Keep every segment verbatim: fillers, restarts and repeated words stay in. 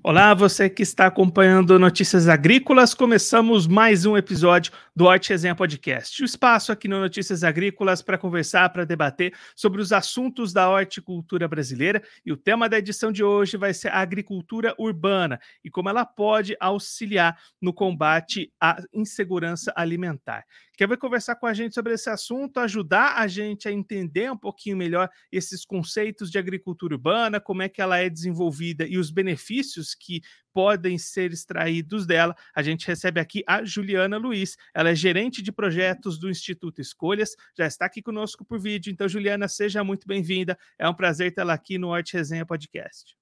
Olá, você que está acompanhando Notícias Agrícolas, começamos mais um episódio do Horti Resenha Podcast. O espaço aqui no Notícias Agrícolas para conversar, para debater sobre os assuntos da horticultura brasileira, e o tema da edição de hoje vai ser a agricultura urbana e como ela pode auxiliar no combate à insegurança alimentar. Quer ver conversar com a gente sobre esse assunto, ajudar a gente a entender um pouquinho melhor esses conceitos de agricultura urbana, como é que ela é desenvolvida e os benefícios que podem ser extraídos dela? A gente recebe aqui a Juliana Luiz, ela é gerente de projetos do Instituto Escolhas, já está aqui conosco por vídeo. Então, Juliana, seja muito bem-vinda, é um prazer tê-la aqui no Horti Resenha Podcast.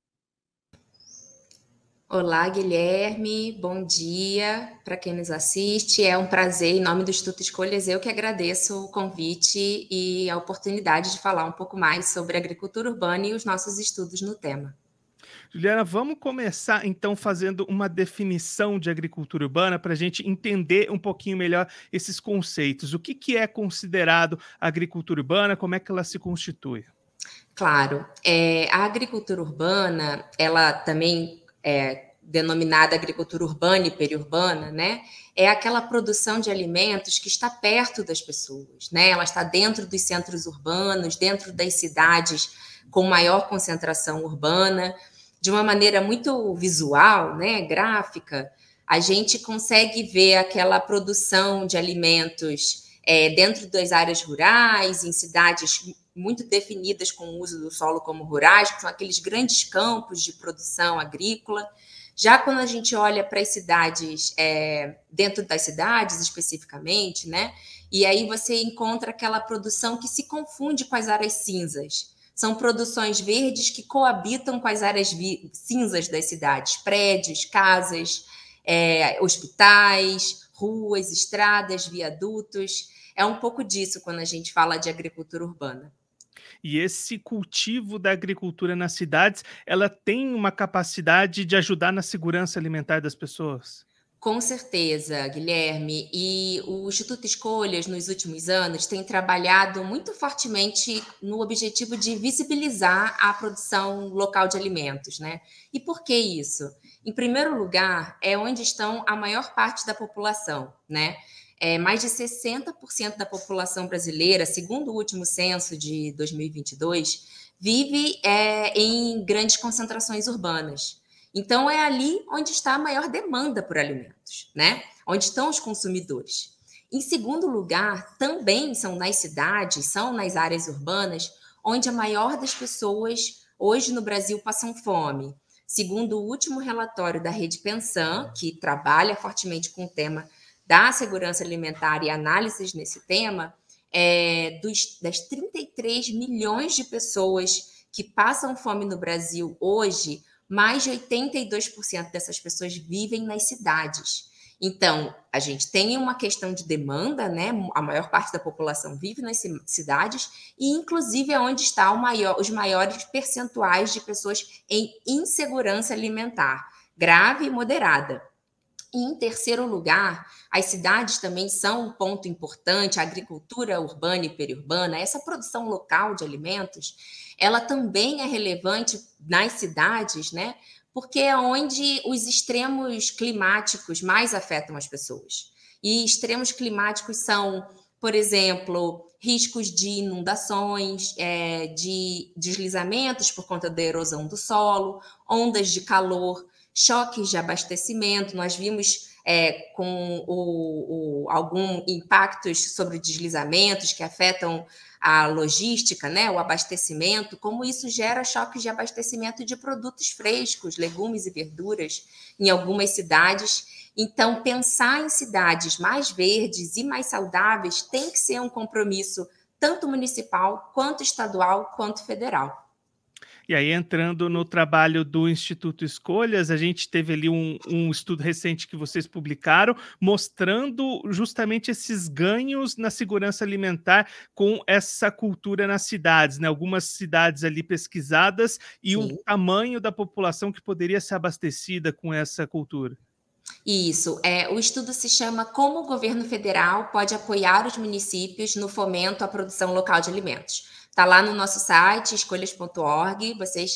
Olá, Guilherme, bom dia para quem nos assiste. É um prazer, em nome do Instituto Escolhas, eu que agradeço o convite e a oportunidade de falar um pouco mais sobre agricultura urbana e os nossos estudos no tema. Juliana, vamos começar então fazendo uma definição de agricultura urbana para a gente entender um pouquinho melhor esses conceitos. O que, que é considerado agricultura urbana? Como é que ela se constitui? Claro, é, a agricultura urbana, ela também é denominada agricultura urbana e periurbana, né? É aquela produção de alimentos que está perto das pessoas, né? Ela está dentro dos centros urbanos, dentro das cidades com maior concentração urbana, de uma maneira muito visual, né? Gráfica. A gente consegue ver aquela produção de alimentos é, dentro das áreas rurais, em cidades muito definidas com o uso do solo como rurais, que são aqueles grandes campos de produção agrícola. Já quando a gente olha para as cidades, é, dentro das cidades especificamente, né? E aí você encontra aquela produção que se confunde com as áreas cinzas. São produções verdes que coabitam com as áreas cinzas das cidades, prédios, casas, é, hospitais, ruas, estradas, viadutos. É um pouco disso quando a gente fala de agricultura urbana. E esse cultivo da agricultura nas cidades, ela tem uma capacidade de ajudar na segurança alimentar das pessoas? Com certeza, Guilherme. E o Instituto Escolhas, nos últimos anos, tem trabalhado muito fortemente no objetivo de visibilizar a produção local de alimentos, né? E por que isso? Em primeiro lugar, é onde estão a maior parte da população, né? É, mais de sessenta por cento da população brasileira, segundo o último censo de dois mil e vinte e dois, vive é, em grandes concentrações urbanas. Então, é ali onde está a maior demanda por alimentos, né? Onde estão os consumidores. Em segundo lugar, também são nas cidades, são nas áreas urbanas, onde a maior das pessoas hoje no Brasil passam fome. Segundo o último relatório da Rede Pensan, que trabalha fortemente com o tema da segurança alimentar e análises nesse tema, é, dos, das trinta e três milhões de pessoas que passam fome no Brasil hoje, mais de oitenta e dois por cento dessas pessoas vivem nas cidades. Então, a gente tem uma questão de demanda, né? A maior parte da população vive nas cidades e, inclusive, é onde estão maior, os maiores percentuais de pessoas em insegurança alimentar, grave e moderada. E, em terceiro lugar, as cidades também são um ponto importante, a agricultura urbana e periurbana, essa produção local de alimentos, ela também é relevante nas cidades, né? Porque é onde os extremos climáticos mais afetam as pessoas. E extremos climáticos são, por exemplo, riscos de inundações, é, de deslizamentos por conta da erosão do solo, ondas de calor, choques de abastecimento. Nós vimos é, com o, o, algum impactos sobre deslizamentos que afetam a logística, né, o abastecimento, como isso gera choques de abastecimento de produtos frescos, legumes e verduras em algumas cidades. Então, pensar em cidades mais verdes e mais saudáveis tem que ser um compromisso tanto municipal, quanto estadual, quanto federal. E aí, entrando no trabalho do Instituto Escolhas, a gente teve ali um, um estudo recente que vocês publicaram, mostrando justamente esses ganhos na segurança alimentar com essa cultura nas cidades, né? Algumas cidades ali pesquisadas e Sim. o tamanho da população que poderia ser abastecida com essa cultura. Isso, é, o estudo se chama Como o Governo Federal pode apoiar os municípios no fomento à produção local de alimentos. Está lá no nosso site, escolhas ponto org, vocês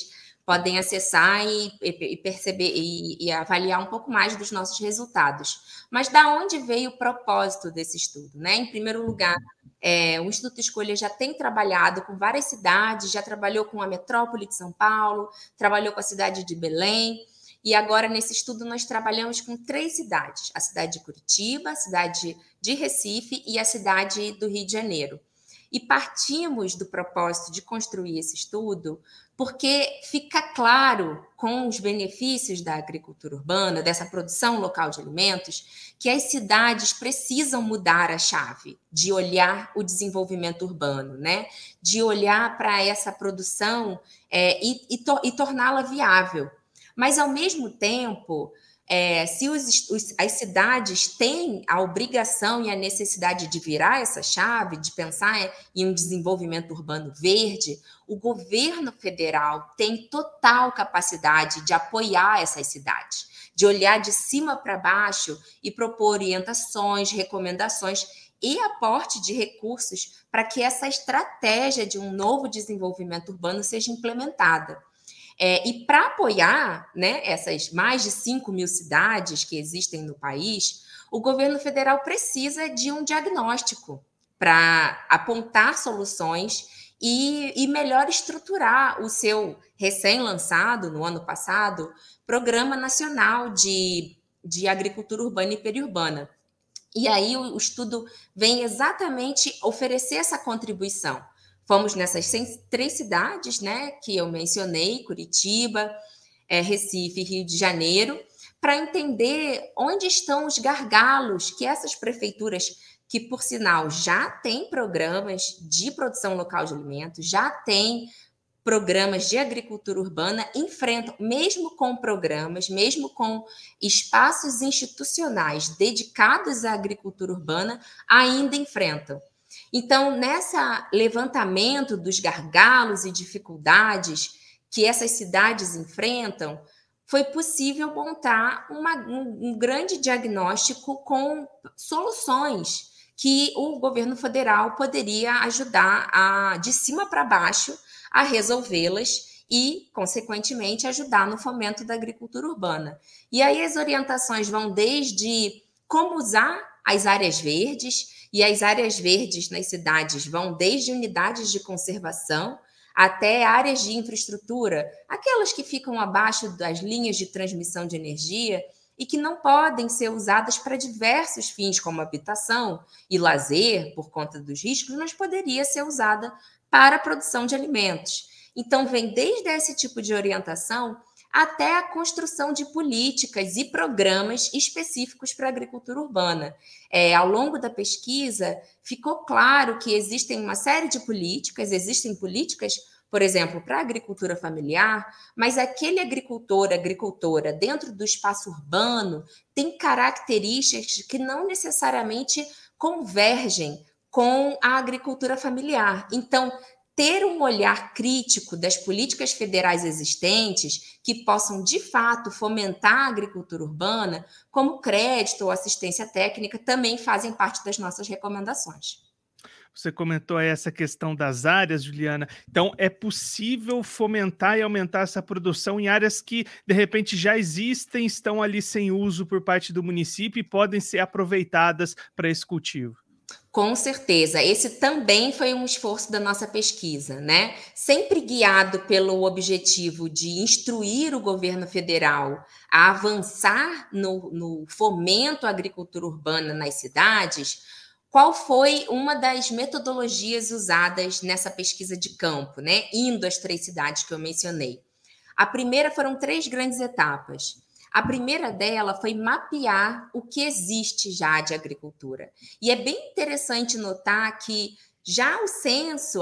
podem acessar e, e, e perceber e, e avaliar um pouco mais dos nossos resultados. Mas da onde veio o propósito desse estudo, né? Em primeiro lugar, é, o Instituto Escolha já tem trabalhado com várias cidades, já trabalhou com a metrópole de São Paulo, trabalhou com a cidade de Belém, e agora nesse estudo nós trabalhamos com três cidades, a cidade de Curitiba, a cidade de Recife e a cidade do Rio de Janeiro. E partimos do propósito de construir esse estudo porque fica claro, com os benefícios da agricultura urbana, dessa produção local de alimentos, que as cidades precisam mudar a chave de olhar o desenvolvimento urbano, né? De olhar para essa produção é, e, e, to- e torná-la viável. Mas, ao mesmo tempo, é, se os, os, as cidades têm a obrigação e a necessidade de virar essa chave, de pensar em um desenvolvimento urbano verde, o governo federal tem total capacidade de apoiar essas cidades, de olhar de cima para baixo e propor orientações, recomendações e aporte de recursos para que essa estratégia de um novo desenvolvimento urbano seja implementada. É, e para apoiar, né, essas mais de cinco mil cidades que existem no país, o governo federal precisa de um diagnóstico para apontar soluções e, e melhor estruturar o seu recém-lançado, no ano passado, Programa Nacional de, de Agricultura Urbana e Periurbana. E aí o, o estudo vem exatamente oferecer essa contribuição. Fomos nessas três cidades, né, que eu mencionei, Curitiba, é, Recife e Rio de Janeiro, para entender onde estão os gargalos que essas prefeituras, que por sinal já têm programas de produção local de alimentos, já têm programas de agricultura urbana, enfrentam, mesmo com programas, mesmo com espaços institucionais dedicados à agricultura urbana, ainda enfrentam. Então, nessa levantamento dos gargalos e dificuldades que essas cidades enfrentam, foi possível montar uma, um, um grande diagnóstico com soluções que o governo federal poderia ajudar a, de cima para baixo, a resolvê-las e, consequentemente, ajudar no fomento da agricultura urbana. E aí as orientações vão desde como usar as áreas verdes, e as áreas verdes nas cidades vão desde unidades de conservação até áreas de infraestrutura, aquelas que ficam abaixo das linhas de transmissão de energia e que não podem ser usadas para diversos fins, como habitação e lazer, por conta dos riscos, mas poderia ser usada para a produção de alimentos. Então, vem desde esse tipo de orientação até a construção de políticas e programas específicos para a agricultura urbana. É, ao longo da pesquisa, ficou claro que existem uma série de políticas, existem políticas, por exemplo, para a agricultura familiar, mas aquele agricultor, agricultora, dentro do espaço urbano, tem características que não necessariamente convergem com a agricultura familiar. Então, ter um olhar crítico das políticas federais existentes que possam, de fato, fomentar a agricultura urbana, como crédito ou assistência técnica, também fazem parte das nossas recomendações. Você comentou aí essa questão das áreas, Juliana. Então, é possível fomentar e aumentar essa produção em áreas que, de repente, já existem, estão ali sem uso por parte do município e podem ser aproveitadas para esse cultivo? Com certeza, esse também foi um esforço da nossa pesquisa, né? Sempre guiado pelo objetivo de instruir o governo federal a avançar no, no fomento à agricultura urbana nas cidades. Qual foi uma das metodologias usadas nessa pesquisa de campo, né? Indo às três cidades que eu mencionei. A primeira foram três grandes etapas. A primeira dela foi mapear o que existe já de agricultura. E é bem interessante notar que já o censo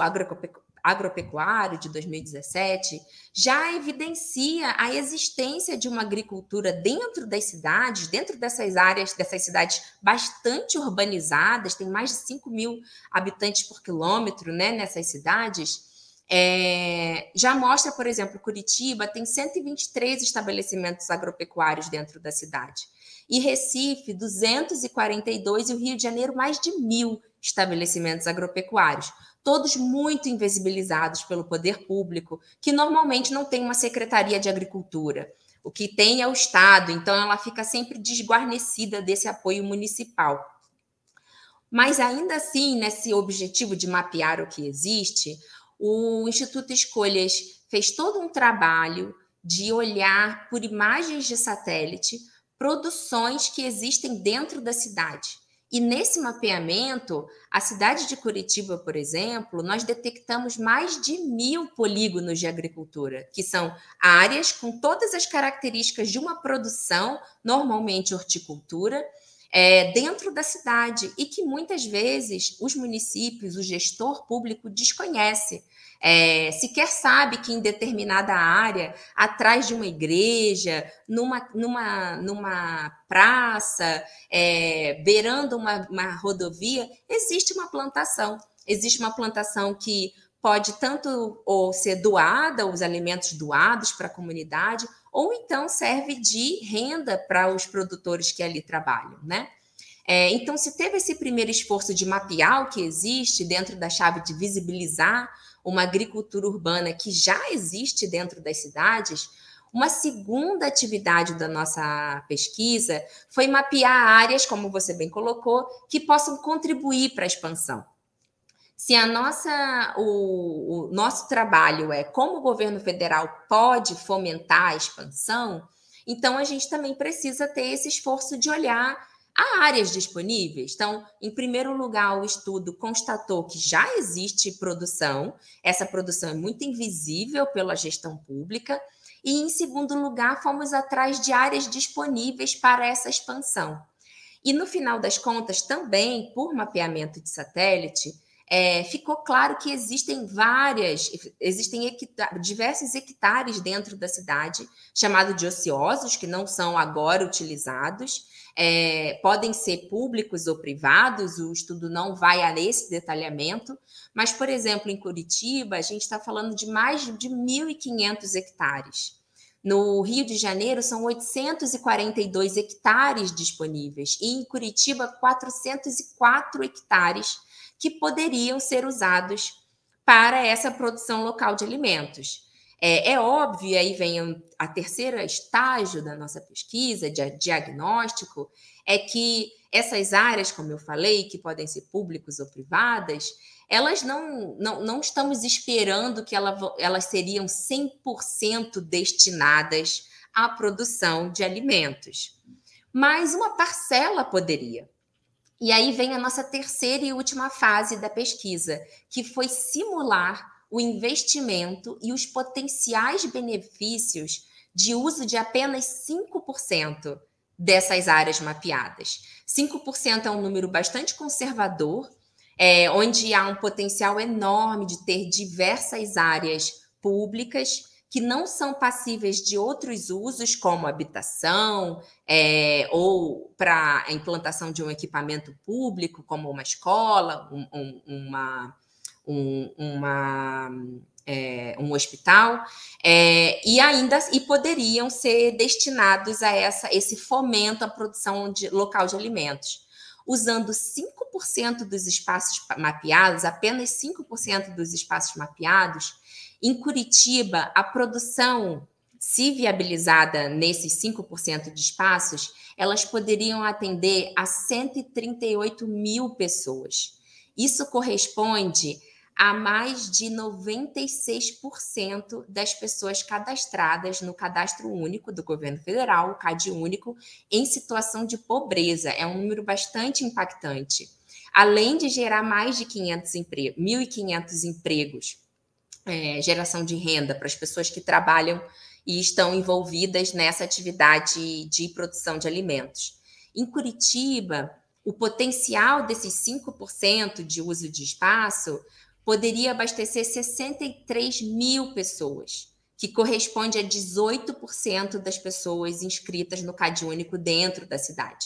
agropecuário de dois mil e dezessete já evidencia a existência de uma agricultura dentro das cidades, dentro dessas áreas, dessas cidades bastante urbanizadas, tem mais de cinco mil habitantes por quilômetro, né, nessas cidades, É, já mostra, por exemplo, Curitiba tem cento e vinte e três estabelecimentos agropecuários dentro da cidade. E Recife, duzentos e quarenta e dois, e o Rio de Janeiro, mais de mil estabelecimentos agropecuários. Todos muito invisibilizados pelo poder público, que normalmente não tem uma secretaria de agricultura. O que tem é o Estado, então ela fica sempre desguarnecida desse apoio municipal. Mas ainda assim, nesse objetivo de mapear o que existe, o Instituto Escolhas fez todo um trabalho de olhar por imagens de satélite produções que existem dentro da cidade. E nesse mapeamento, a cidade de Curitiba, por exemplo, nós detectamos mais de mil polígonos de agricultura, que são áreas com todas as características de uma produção, normalmente horticultura, É, dentro da cidade, e que muitas vezes os municípios, o gestor público desconhece. É, sequer sabe que em determinada área, atrás de uma igreja, numa, numa, numa praça, é, beirando uma, uma rodovia, existe uma plantação. Existe uma plantação que pode tanto ou ser doada, os alimentos doados para a comunidade, ou então serve de renda para os produtores que ali trabalham, né? É, então, se teve esse primeiro esforço de mapear o que existe dentro da chave de visibilizar uma agricultura urbana que já existe dentro das cidades, uma segunda atividade da nossa pesquisa foi mapear áreas, como você bem colocou, que possam contribuir para a expansão. Se a nossa, o, o nosso trabalho é como o governo federal pode fomentar a expansão, então a gente também precisa ter esse esforço de olhar a áreas disponíveis. Então, em primeiro lugar, o estudo constatou que já existe produção, essa produção é muito invisível pela gestão pública, e em segundo lugar, fomos atrás de áreas disponíveis para essa expansão. E no final das contas, também, por mapeamento de satélite, É, ficou claro que existem várias, existem hectare, diversos hectares dentro da cidade, chamados de ociosos, que não são agora utilizados, é, podem ser públicos ou privados, o estudo não vai a esse detalhamento, mas, por exemplo, em Curitiba, a gente está falando de mais de mil e quinhentos hectares. No Rio de Janeiro, são oitocentos e quarenta e dois hectares disponíveis, e em Curitiba, quatrocentos e quatro hectares que poderiam ser usados para essa produção local de alimentos. É, é óbvio, e aí vem a terceira estágio da nossa pesquisa, de diagnóstico, é que essas áreas, como eu falei, que podem ser públicas ou privadas, elas não, não, não estamos esperando que ela, elas seriam cem por cento destinadas à produção de alimentos. Mas uma parcela poderia. E aí vem a nossa terceira e última fase da pesquisa, que foi simular o investimento e os potenciais benefícios de uso de apenas cinco por cento dessas áreas mapeadas. cinco por cento é um número bastante conservador, é, onde há um potencial enorme de ter diversas áreas públicas que não são passíveis de outros usos, como habitação, é, ou para a implantação de um equipamento público, como uma escola, um, um, uma, um, uma, é, um hospital, é, e ainda e poderiam ser destinados a essa, esse fomento à produção de, local de alimentos. Usando cinco por cento dos espaços mapeados, apenas cinco por cento dos espaços mapeados, em Curitiba, a produção, se viabilizada nesses cinco por cento de espaços, elas poderiam atender a cento e trinta e oito mil pessoas. Isso corresponde a mais de noventa e seis por cento das pessoas cadastradas no Cadastro Único do Governo Federal, o CadÚnico, em situação de pobreza. É um número bastante impactante. Além de gerar mais de quinhentos empregos, mil e quinhentos empregos, É, geração de renda para as pessoas que trabalham e estão envolvidas nessa atividade de produção de alimentos. Em Curitiba, o potencial desses cinco por cento de uso de espaço poderia abastecer sessenta e três mil pessoas, que corresponde a dezoito por cento das pessoas inscritas no CadÚnico dentro da cidade.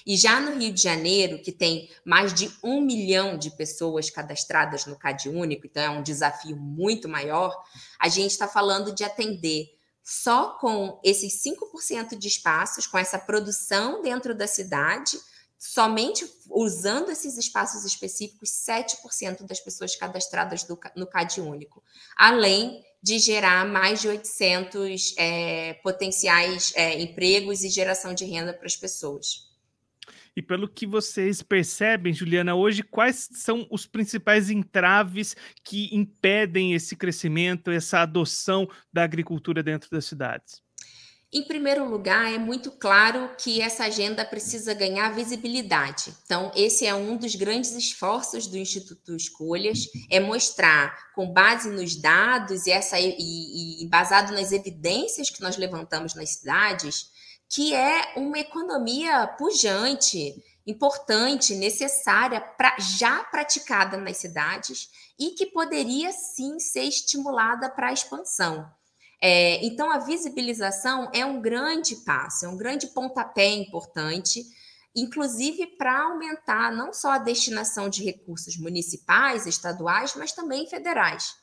E já no Rio de Janeiro, que tem mais de um milhão de pessoas cadastradas no CadÚnico, então é um desafio muito maior, a gente está falando de atender só com esses cinco por cento de espaços, com essa produção dentro da cidade, somente usando esses espaços específicos, sete por cento das pessoas cadastradas do, no CadÚnico, além de gerar mais de oitocentos é, potenciais é, empregos e geração de renda para as pessoas. E pelo que vocês percebem, Juliana, hoje quais são os principais entraves que impedem esse crescimento, essa adoção da agricultura dentro das cidades? Em primeiro lugar, é muito claro que essa agenda precisa ganhar visibilidade. Então, esse é um dos grandes esforços do Instituto Escolhas, é mostrar, com base nos dados e, essa, e, e baseado nas evidências que nós levantamos nas cidades, que é uma economia pujante, importante, necessária, pra, já praticada nas cidades e que poderia sim ser estimulada para a expansão. É, então, a visibilização é um grande passo, é um grande pontapé importante, inclusive para aumentar não só a destinação de recursos municipais, estaduais, mas também federais.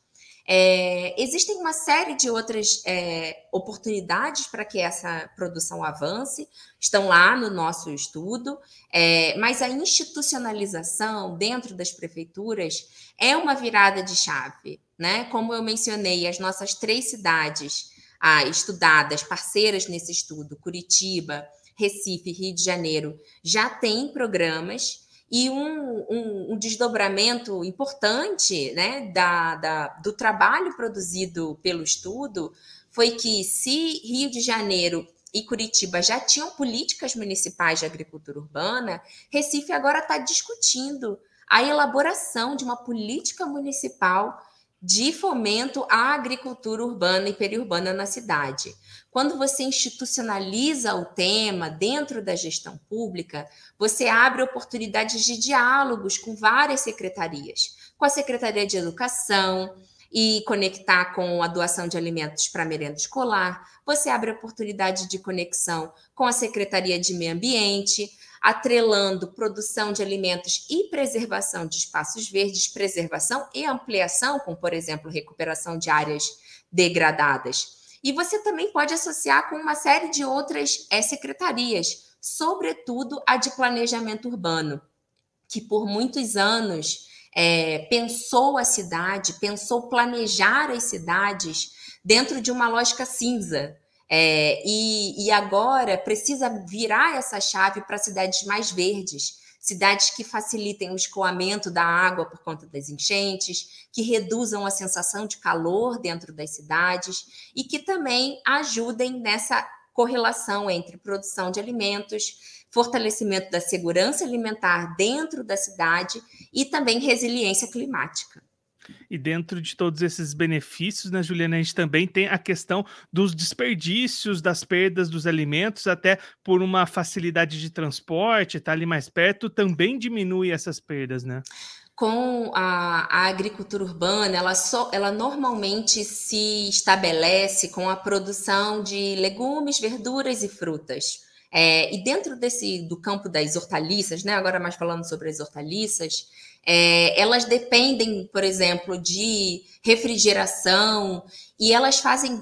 É, existem uma série de outras é, oportunidades para que essa produção avance, estão lá no nosso estudo, é, mas a institucionalização dentro das prefeituras é uma virada de chave, né? Como eu mencionei, as nossas três cidades ah, estudadas, parceiras nesse estudo, Curitiba, Recife, Rio de Janeiro, já têm programas. E um, um, um desdobramento importante, né, da, da, do trabalho produzido pelo estudo foi que, se Rio de Janeiro e Curitiba já tinham políticas municipais de agricultura urbana, Recife agora está discutindo a elaboração de uma política municipal de fomento à agricultura urbana e periurbana na cidade. Quando você institucionaliza o tema dentro da gestão pública, você abre oportunidades de diálogos com várias secretarias, com a Secretaria de Educação e conectar com a doação de alimentos para merenda escolar, você abre oportunidade de conexão com a Secretaria de Meio Ambiente, atrelando produção de alimentos e preservação de espaços verdes, preservação e ampliação, com, por exemplo, recuperação de áreas degradadas. E você também pode associar com uma série de outras é, secretarias, sobretudo a de planejamento urbano, que por muitos anos é, pensou a cidade, pensou planejar as cidades dentro de uma lógica cinza. É, e, e agora precisa virar essa chave para cidades mais verdes, cidades que facilitem o escoamento da água por conta das enchentes, que reduzam a sensação de calor dentro das cidades e que também ajudem nessa correlação entre produção de alimentos, fortalecimento da segurança alimentar dentro da cidade e também resiliência climática. E dentro de todos esses benefícios, né, Juliana, a gente também tem a questão dos desperdícios, das perdas dos alimentos, até por uma facilidade de transporte, estar tá ali mais perto, também diminui essas perdas, né? Com a, a agricultura urbana, ela, só, ela normalmente se estabelece com a produção de legumes, verduras e frutas. É, e dentro desse do campo das hortaliças, né, agora mais falando sobre as hortaliças, é, elas dependem, por exemplo, de refrigeração e elas fazem,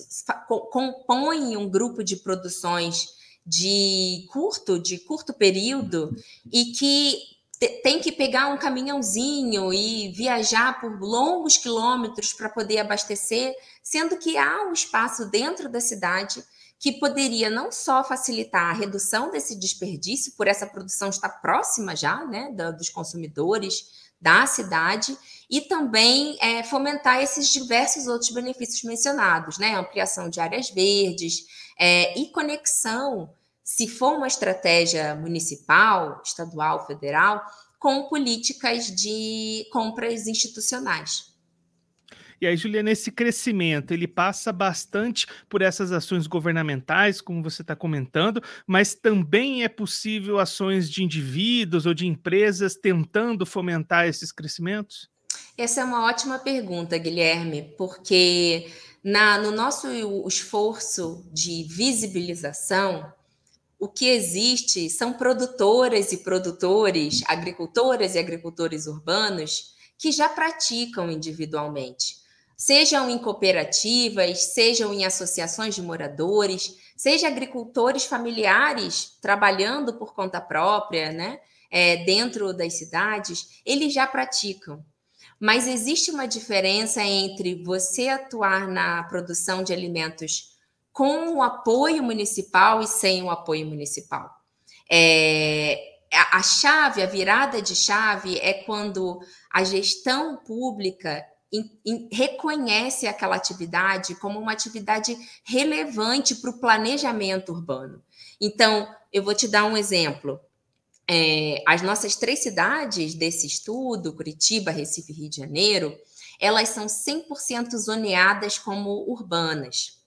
compõem um grupo de produções de curto, de curto período e que tem que pegar um caminhãozinho e viajar por longos quilômetros para poder abastecer, sendo que há um espaço dentro da cidade que poderia não só facilitar a redução desse desperdício, por essa produção estar próxima já, né, da, dos consumidores da cidade, e também é, fomentar esses diversos outros benefícios mencionados, né, ampliação de áreas verdes é, e conexão, se for uma estratégia municipal, estadual, federal, com políticas de compras institucionais. E aí, Juliana, esse crescimento, ele passa bastante por essas ações governamentais, como você está comentando, mas também é possível ações de indivíduos ou de empresas tentando fomentar esses crescimentos? Essa é uma ótima pergunta, Guilherme, porque na, no nosso esforço de visibilização, o que existe são produtoras e produtores, agricultoras e agricultores urbanos que já praticam individualmente, sejam em cooperativas, sejam em associações de moradores, sejam agricultores familiares trabalhando por conta própria, né, é, dentro das cidades, eles já praticam. Mas existe uma diferença entre você atuar na produção de alimentos com o apoio municipal e sem o apoio municipal. É, a, a chave, a virada de chave é quando a gestão pública in, in, reconhece aquela atividade como uma atividade relevante para o planejamento urbano. Então, eu vou te dar um exemplo. É, as nossas três cidades desse estudo, Curitiba, Recife e Rio de Janeiro, elas são cem por cento zoneadas como urbanas.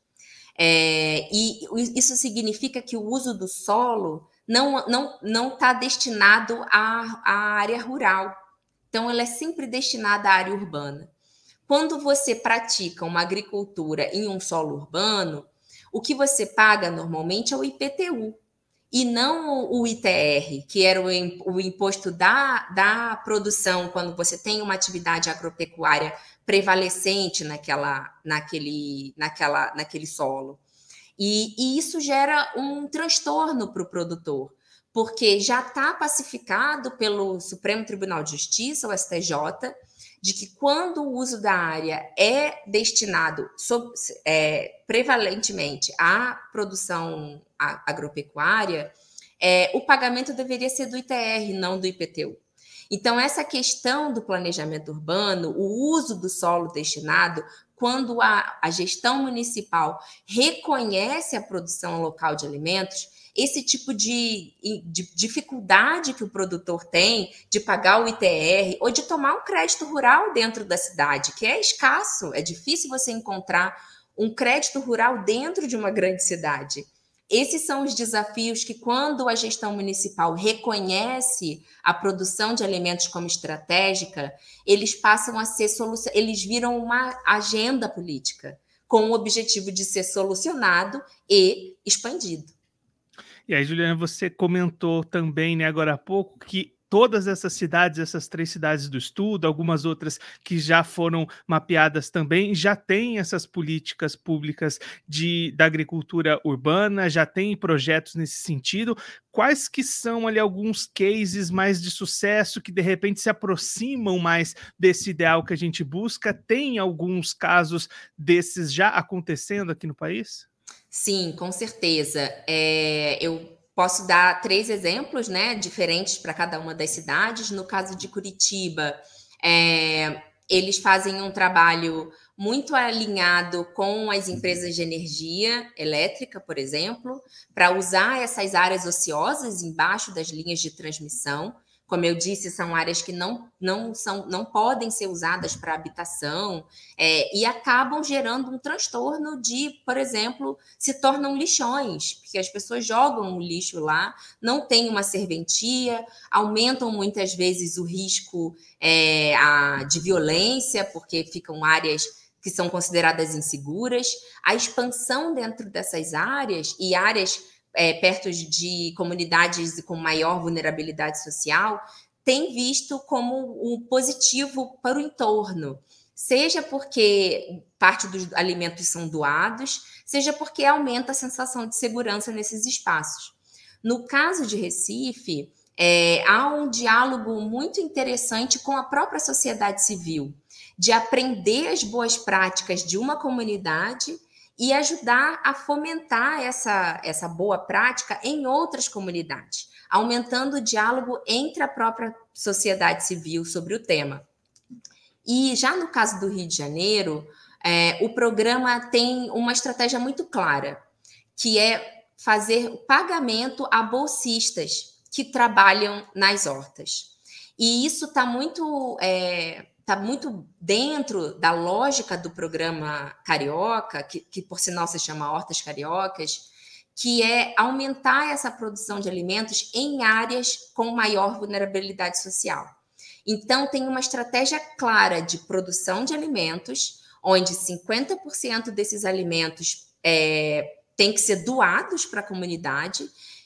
É, e isso significa que o uso do solo não não não está destinado à, à área rural. Então, ela é sempre destinada à área urbana. Quando você pratica uma agricultura em um solo urbano, o que você paga normalmente é o I P T U, e não o I T R, que era o imposto da, da produção, quando você tem uma atividade agropecuária prevalecente naquela, naquele, naquela, naquele solo. E, e isso gera um transtorno para o produtor, porque já está pacificado pelo Supremo Tribunal de Justiça, o S T J, de que quando o uso da área é destinado sob, é, prevalentemente à produção agropecuária, é, o pagamento deveria ser do I T R, não do I P T U. Então, essa questão do planejamento urbano, o uso do solo destinado, quando a, a gestão municipal reconhece a produção local de alimentos, esse tipo de, de dificuldade que o produtor tem de pagar o I T R ou de tomar um crédito rural dentro da cidade, que é escasso, é difícil você encontrar um crédito rural dentro de uma grande cidade. Esses são os desafios que, quando a gestão municipal reconhece a produção de alimentos como estratégica, eles passam a ser solução, eles viram uma agenda política com o objetivo de ser solucionado e expandido. E aí, Juliana, você comentou também, né, agora há pouco, que todas essas cidades, essas três cidades do estudo, algumas outras que já foram mapeadas também, já têm essas políticas públicas de, da agricultura urbana, já têm projetos nesse sentido. Quais que são ali alguns cases mais de sucesso que de repente se aproximam mais desse ideal que a gente busca? Tem alguns casos desses já acontecendo aqui no país? Sim, com certeza. É, eu posso dar três exemplos, né, diferentes para cada uma das cidades. No caso de Curitiba, é, eles fazem um trabalho muito alinhado com as empresas de energia elétrica, por exemplo, para usar essas áreas ociosas embaixo das linhas de transmissão. Como eu disse, são áreas que não, não, são, não podem ser usadas para habitação, é, e acabam gerando um transtorno de, por exemplo, se tornam lixões, porque as pessoas jogam o lixo lá, não tem uma serventia, aumentam muitas vezes o risco é, a, de violência, porque ficam áreas que são consideradas inseguras. A expansão dentro dessas áreas e áreas É, perto de comunidades com maior vulnerabilidade social, tem visto como um positivo para o entorno, seja porque parte dos alimentos são doados, seja porque aumenta a sensação de segurança nesses espaços. No caso de Recife, é, há um diálogo muito interessante com a própria sociedade civil, de aprender as boas práticas de uma comunidade e ajudar a fomentar essa, essa boa prática em outras comunidades, aumentando o diálogo entre a própria sociedade civil sobre o tema. E já no caso do Rio de Janeiro, é, o programa tem uma estratégia muito clara, que é fazer o pagamento a bolsistas que trabalham nas hortas. E isso está muito... É, está muito dentro da lógica do programa Carioca, que, que por sinal se chama Hortas Cariocas, que é aumentar essa produção de alimentos em áreas com maior vulnerabilidade social. Então, tem uma estratégia clara de produção de alimentos, onde cinquenta por cento desses alimentos é, tem que ser doados para a comunidade,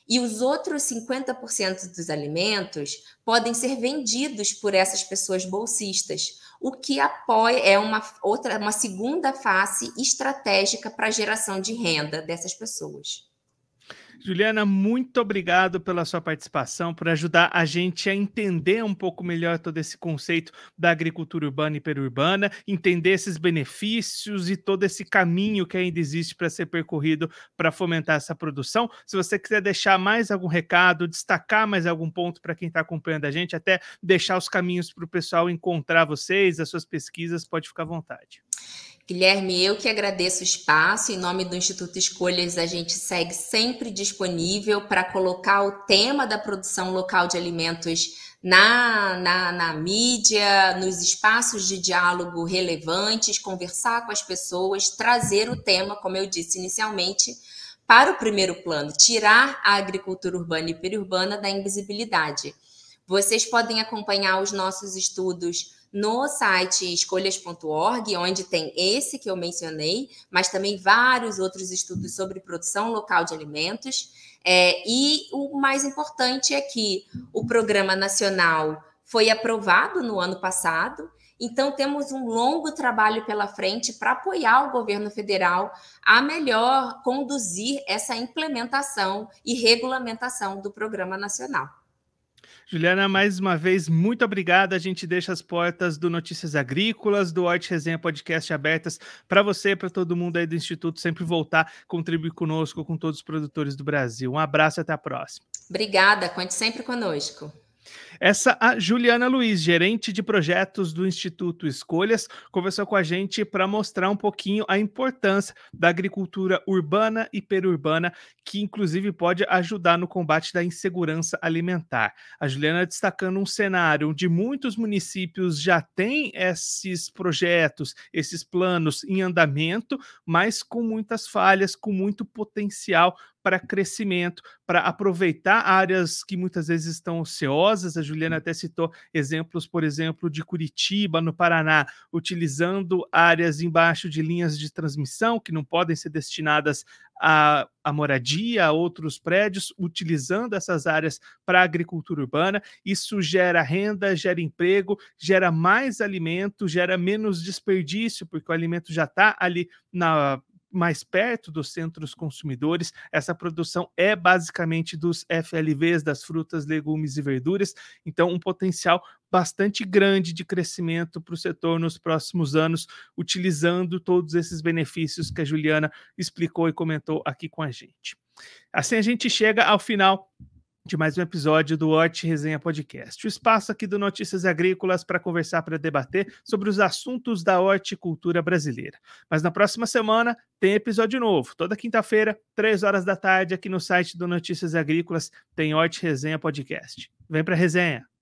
E os outros cinquenta por cento dos alimentos podem ser vendidos por essas pessoas bolsistas, o que apoia é uma outra, uma segunda face estratégica para a geração de renda dessas pessoas. Juliana, muito obrigado pela sua participação, por ajudar a gente a entender um pouco melhor todo esse conceito da agricultura urbana e periurbana, entender esses benefícios e todo esse caminho que ainda existe para ser percorrido para fomentar essa produção. Se você quiser deixar mais algum recado, destacar mais algum ponto para quem está acompanhando a gente, até deixar os caminhos para o pessoal encontrar vocês, as suas pesquisas, pode ficar à vontade. Guilherme, eu que agradeço o espaço. Em nome do Instituto Escolhas, a gente segue sempre disponível para colocar o tema da produção local de alimentos na, na, na mídia, nos espaços de diálogo relevantes, conversar com as pessoas, trazer o tema, como eu disse inicialmente, para o primeiro plano, tirar a agricultura urbana e periurbana da invisibilidade. Vocês podem acompanhar os nossos estudos no site escolhas ponto org, onde tem esse que eu mencionei, mas também vários outros estudos sobre produção local de alimentos. É, e o mais importante é que o Programa Nacional foi aprovado no ano passado, então temos um longo trabalho pela frente para apoiar o governo federal a melhor conduzir essa implementação e regulamentação do Programa Nacional. Juliana, mais uma vez, muito obrigada. A gente deixa as portas do Notícias Agrícolas, do Hort Resenha Podcast abertas para você, para todo mundo aí do Instituto, sempre voltar, contribuir conosco, com todos os produtores do Brasil. Um abraço e até a próxima. Obrigada, conte sempre conosco. Essa a Juliana Luiz, gerente de projetos do Instituto Escolhas, conversou com a gente para mostrar um pouquinho a importância da agricultura urbana e periurbana, que inclusive pode ajudar no combate da insegurança alimentar. A Juliana destacando um cenário onde muitos municípios já têm esses projetos, esses planos em andamento, mas com muitas falhas, com muito potencial para crescimento, para aproveitar áreas que muitas vezes estão ociosas. A Juliana até citou exemplos, por exemplo, de Curitiba, no Paraná, utilizando áreas embaixo de linhas de transmissão que não podem ser destinadas a, a moradia, a outros prédios, utilizando essas áreas para a agricultura urbana. Isso gera renda, gera emprego, gera mais alimento, gera menos desperdício, porque o alimento já está ali na mais perto dos centros consumidores. Essa produção é basicamente dos F L Vs, das frutas, legumes e verduras, então um potencial bastante grande de crescimento para o setor nos próximos anos, utilizando todos esses benefícios que a Juliana explicou e comentou aqui com a gente. Assim a gente chega ao final de mais um episódio do Hort Resenha Podcast, o espaço aqui do Notícias Agrícolas para conversar, para debater sobre os assuntos da horticultura brasileira. Mas na próxima semana tem episódio novo, toda quinta-feira, três horas da tarde, aqui no site do Notícias Agrícolas, tem Hort Resenha Podcast. Vem para a resenha!